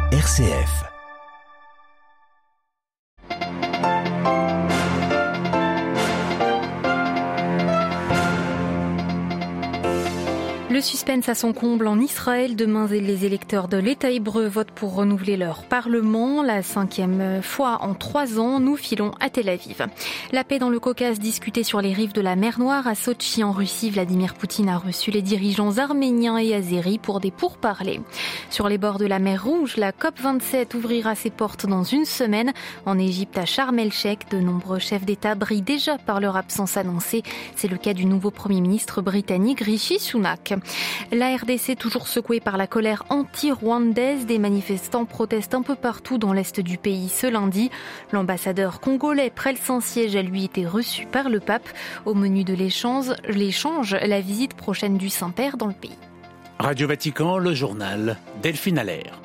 RCF. Le suspense à son comble en Israël. Demain, les électeurs de l'État hébreu votent pour renouveler leur parlement. La 5e fois en 3 ans, nous filons à Tel Aviv. La paix dans le Caucase discutée sur les rives de la mer Noire. À Sotchi, en Russie, Vladimir Poutine a reçu les dirigeants arméniens et azéris pour des pourparlers. Sur les bords de la mer Rouge, la COP27 ouvrira ses portes dans une semaine. En Égypte, à Sharm el-Sheikh, de nombreux chefs d'État brillent déjà par leur absence annoncée. C'est le cas du nouveau Premier ministre britannique Rishi Sunak. La RDC toujours secouée par la colère anti-rwandaise. Des manifestants protestent un peu partout dans l'est du pays ce lundi. L'ambassadeur congolais Prel Saint-Siège a lui été reçu par le pape. Au menu de l'échange, la visite prochaine du Saint-Père dans le pays. Radio Vatican, le journal Delphine Allaire.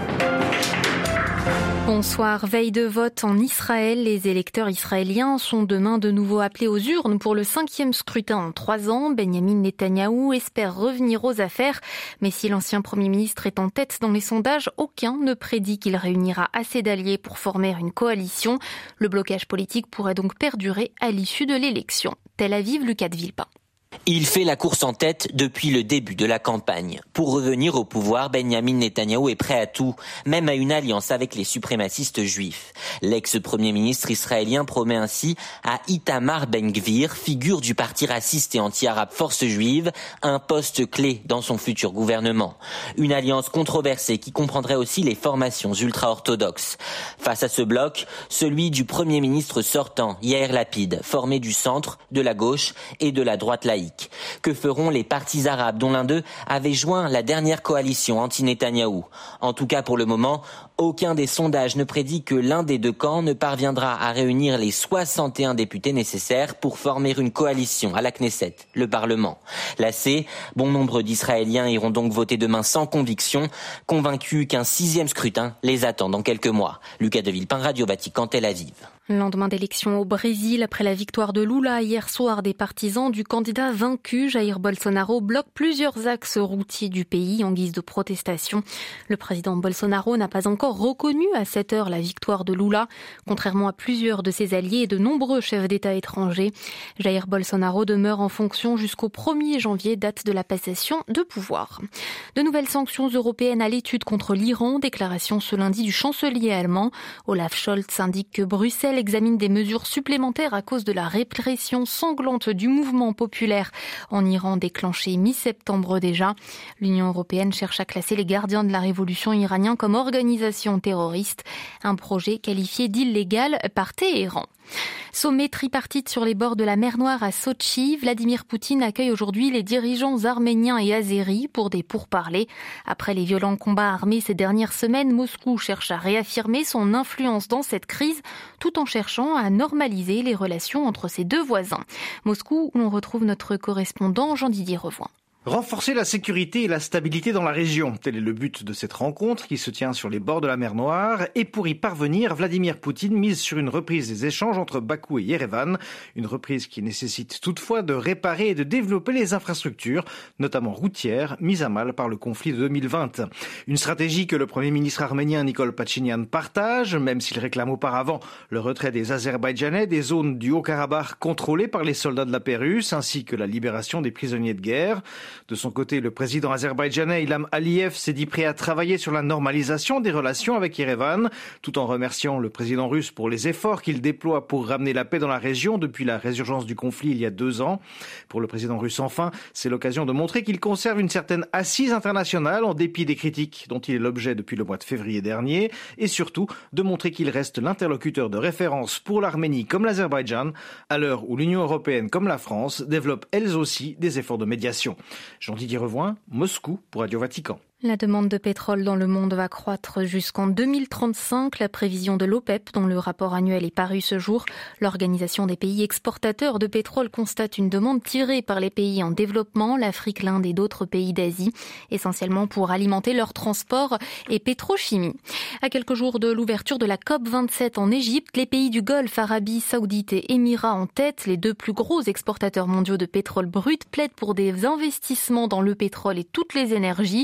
Bonsoir. Veille de vote en Israël. Les électeurs israéliens sont demain de nouveau appelés aux urnes pour le 5e scrutin en 3 ans. Benjamin Netanyahou espère revenir aux affaires. Mais si l'ancien Premier ministre est en tête dans les sondages, aucun ne prédit qu'il réunira assez d'alliés pour former une coalition. Le blocage politique pourrait donc perdurer à l'issue de l'élection. Tel Aviv, Lucas de Villepin. Il fait la course en tête depuis le début de la campagne. Pour revenir au pouvoir, Benjamin Netanyahou est prêt à tout, même à une alliance avec les suprémacistes juifs. L'ex-premier ministre israélien promet ainsi à Itamar Ben-Gvir, figure du parti raciste et anti-arabe Force juive, un poste clé dans son futur gouvernement. Une alliance controversée qui comprendrait aussi les formations ultra-orthodoxes. Face à ce bloc, celui du premier ministre sortant, Yair Lapid, formé du centre, de la gauche et de la droite laïque. Que feront les partis arabes dont l'un d'eux avait joint la dernière coalition anti-Netanyahou? En tout cas pour le moment, aucun des sondages ne prédit que l'un des deux camps ne parviendra à réunir les 61 députés nécessaires pour former une coalition à la Knesset, le Parlement. Lassés, bon nombre d'Israéliens iront donc voter demain sans conviction, convaincus qu'un 6e scrutin les attend dans quelques mois. Lucas de Villepin, Radio Vatican, Tel Aviv. Lendemain d'élection au Brésil, après la victoire de Lula hier soir, des partisans du candidat vaincu, Jair Bolsonaro, bloquent plusieurs axes routiers du pays en guise de protestation. Le président Bolsonaro n'a pas encore reconnu à cette heure la victoire de Lula, contrairement à plusieurs de ses alliés et de nombreux chefs d'État étrangers. Jair Bolsonaro demeure en fonction jusqu'au 1er janvier, date de la passation de pouvoir. De nouvelles sanctions européennes à l'étude contre l'Iran, déclaration ce lundi du chancelier allemand. Olaf Scholz indique que Bruxelles examine des mesures supplémentaires à cause de la répression sanglante du mouvement populaire en Iran déclenché mi-septembre déjà. L'Union européenne cherche à classer les gardiens de la révolution iranienne comme organisation terroriste, un projet qualifié d'illégal par Téhéran. Sommet tripartite sur les bords de la mer Noire à Sotchi. Vladimir Poutine accueille aujourd'hui les dirigeants arméniens et azéris pour des pourparlers. Après les violents combats armés ces dernières semaines, Moscou cherche à réaffirmer son influence dans cette crise tout en cherchant à normaliser les relations entre ses deux voisins. Moscou, où l'on retrouve notre correspondant Jean-Didier Revoin. Renforcer la sécurité et la stabilité dans la région, tel est le but de cette rencontre qui se tient sur les bords de la mer Noire. Et pour y parvenir, Vladimir Poutine mise sur une reprise des échanges entre Bakou et Yerevan. Une reprise qui nécessite toutefois de réparer et de développer les infrastructures, notamment routières, mises à mal par le conflit de 2020. Une stratégie que le Premier ministre arménien Nikol Pachinian partage, même s'il réclame auparavant le retrait des Azerbaïdjanais des zones du Haut-Karabakh contrôlées par les soldats de la paix russe, ainsi que la libération des prisonniers de guerre. De son côté, le président azerbaïdjanais Ilham Aliyev s'est dit prêt à travailler sur la normalisation des relations avec Yerevan, tout en remerciant le président russe pour les efforts qu'il déploie pour ramener la paix dans la région depuis la résurgence du conflit il y a 2 ans. Pour le président russe, enfin, c'est l'occasion de montrer qu'il conserve une certaine assise internationale en dépit des critiques dont il est l'objet depuis le mois de février dernier, et surtout de montrer qu'il reste l'interlocuteur de référence pour l'Arménie comme l'Azerbaïdjan, à l'heure où l'Union européenne comme la France développent elles aussi des efforts de médiation. Jean-Didier Revoin, Moscou pour Radio Vatican. La demande de pétrole dans le monde va croître jusqu'en 2035. La prévision de l'OPEP, dont le rapport annuel est paru ce jour, l'Organisation des pays exportateurs de pétrole constate une demande tirée par les pays en développement, l'Afrique, l'Inde et d'autres pays d'Asie, essentiellement pour alimenter leur transport et pétrochimie. À quelques jours de l'ouverture de la COP27 en Égypte, les pays du Golfe, Arabie Saoudite et Émirats en tête, les 2 plus gros exportateurs mondiaux de pétrole brut, plaident pour des investissements dans le pétrole et toutes les énergies.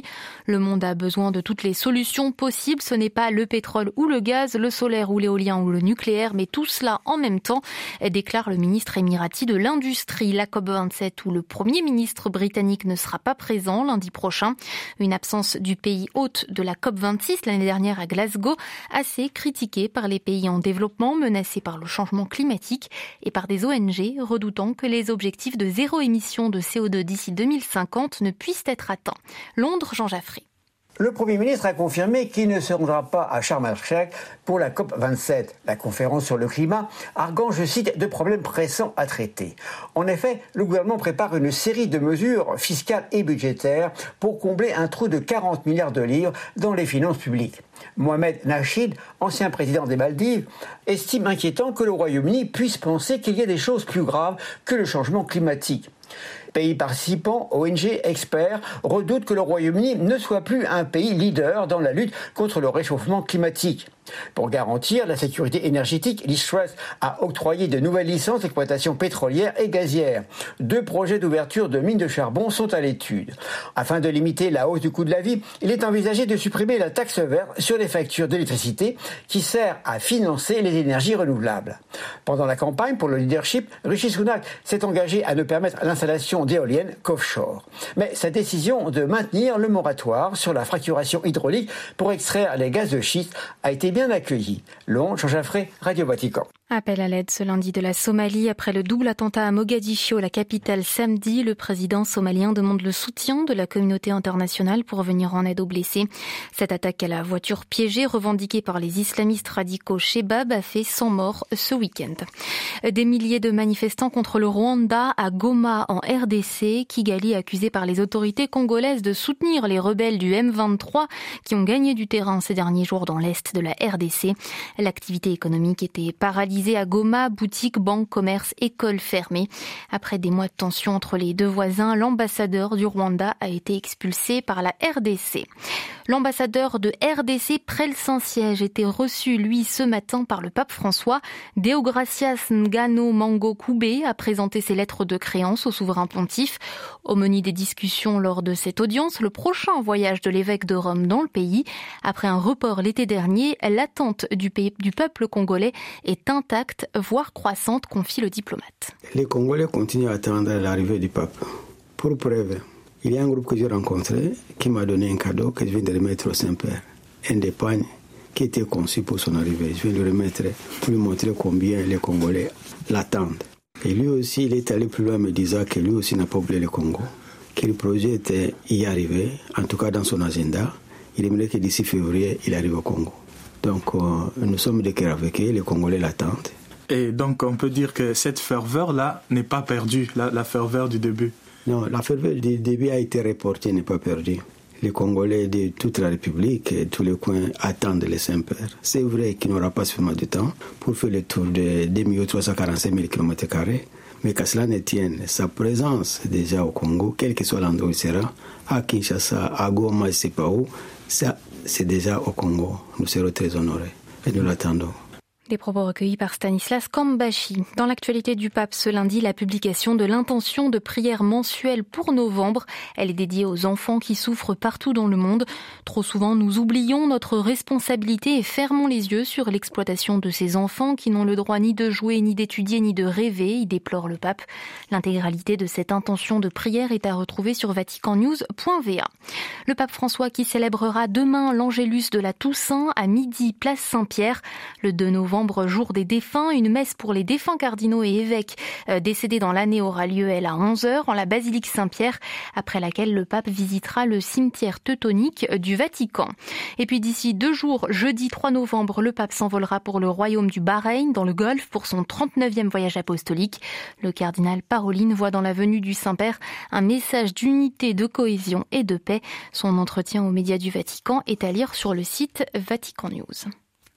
Le monde a besoin de toutes les solutions possibles. Ce n'est pas le pétrole ou le gaz, le solaire ou l'éolien ou le nucléaire, mais tout cela en même temps, déclare le ministre émirati de l'Industrie. La COP27 où le Premier ministre britannique ne sera pas présent lundi prochain. Une absence du pays hôte de la COP26 l'année dernière à Glasgow, assez critiquée par les pays en développement menacés par le changement climatique et par des ONG redoutant que les objectifs de zéro émission de CO2 d'ici 2050 ne puissent être atteints. Londres, Jean Jaffré. Le Premier ministre a confirmé qu'il ne se rendra pas à Sharm el-Sheikh pour la COP27, la conférence sur le climat, arguant, je cite, de problèmes pressants à traiter. En effet, le gouvernement prépare une série de mesures fiscales et budgétaires pour combler un trou de 40 milliards de livres dans les finances publiques. Mohamed Nasheed, ancien président des Maldives, estime inquiétant que le Royaume-Uni puisse penser qu'il y a des choses plus graves que le changement climatique. Pays participants, ONG, experts redoutent que le Royaume-Uni ne soit plus un pays leader dans la lutte contre le réchauffement climatique. Pour garantir la sécurité énergétique, Liz Truss a octroyé de nouvelles licences d'exploitation pétrolière et gazière. 2 projets d'ouverture de mines de charbon sont à l'étude. Afin de limiter la hausse du coût de la vie, il est envisagé de supprimer la taxe verte sur les factures d'électricité qui sert à financer les énergies renouvelables. Pendant la campagne pour le leadership, Rishi Sunak s'est engagé à ne permettre l'installation d'éoliennes qu'offshore. Mais sa décision de maintenir le moratoire sur la fracturation hydraulique pour extraire les gaz de schiste a été bien accueilli. Londres, Jean Jaffré, Radio Vatican. Appel à l'aide ce lundi de la Somalie après le double attentat à Mogadiscio, la capitale samedi. Le président somalien demande le soutien de la communauté internationale pour venir en aide aux blessés. Cette attaque à la voiture piégée revendiquée par les islamistes radicaux Shebab a fait 100 morts ce week-end. Des milliers de manifestants contre le Rwanda à Goma en RDC. Kigali accusé par les autorités congolaises de soutenir les rebelles du M23 qui ont gagné du terrain ces derniers jours dans l'est de la RDC. L'activité économique était paralysée à Goma, boutiques, banques, commerces, écoles fermées. Après des mois de tension entre les deux voisins, l'ambassadeur du Rwanda a été expulsé par la RDC. L'ambassadeur de RDC près le Saint-Siège était reçu, lui, ce matin par le pape François. Deogracias Ngano Mango Koubé a présenté ses lettres de créance au souverain pontife. Au menu des discussions lors de cette audience, le prochain voyage de l'évêque de Rome dans le pays. Après un report l'été dernier, l'attente du peuple congolais est intacte, voire croissante, confie le diplomate. Les Congolais continuent à attendre l'arrivée du pape. Pour preuve, il y a un groupe que j'ai rencontré qui m'a donné un cadeau que je viens de remettre au Saint-Père. Un d'épargne qui était conçu pour son arrivée. Je viens de le remettre pour lui montrer combien les Congolais l'attendent. Et lui aussi, il est allé plus loin me disant que lui aussi n'a pas oublié le Congo, que le projet était y arriver, en tout cas dans son agenda. Il aimerait que d'ici février, il arrive au Congo. Donc nous sommes de cœur avec eux, les Congolais l'attendent. Et donc on peut dire que cette ferveur-là n'est pas perdue, la ferveur du début. Non, la ferveur du début a été reportée, n'est pas perdue. Les Congolais de toute la République et tous les coins attendent le Saint-Père. C'est vrai qu'il n'aura pas suffisamment de temps pour faire le tour de 2 345 000 km², mais qu'à cela ne tienne, sa présence déjà au Congo, quel que soit l'endroit où il sera, à Kinshasa, à Goma, je ne sais pas où, ça, c'est déjà au Congo. Nous serons très honorés et nous l'attendons. Des propos recueillis par Stanislas Kambashi. Dans l'actualité du pape ce lundi, la publication de l'intention de prière mensuelle pour novembre. Elle est dédiée aux enfants qui souffrent partout dans le monde. Trop souvent, nous oublions notre responsabilité et fermons les yeux sur l'exploitation de ces enfants qui n'ont le droit ni de jouer, ni d'étudier, ni de rêver, y déplore le pape. L'intégralité de cette intention de prière est à retrouver sur vaticannews.va. Le pape François qui célébrera demain l'Angélus de la Toussaint à midi, place Saint-Pierre. Le 2 novembre, jour des défunts, une messe pour les défunts cardinaux et évêques décédés dans l'année aura lieu, elle, à 11h en la basilique Saint-Pierre, après laquelle le pape visitera le cimetière teutonique du Vatican. Et puis d'ici 2 jours, jeudi 3 novembre, le pape s'envolera pour le royaume du Bahreïn, dans le Golfe, pour son 39e voyage apostolique. Le cardinal Parolin voit dans la venue du Saint-Père un message d'unité, de cohésion et de paix. Son entretien aux médias du Vatican est à lire sur le site Vatican News.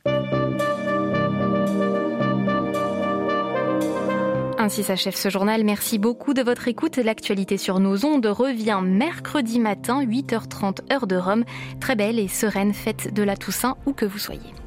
Ainsi s'achève ce journal. Merci beaucoup de votre écoute. L'actualité sur nos ondes revient mercredi matin, 8h30 heure de Rome. Très belle et sereine fête de la Toussaint, où que vous soyez.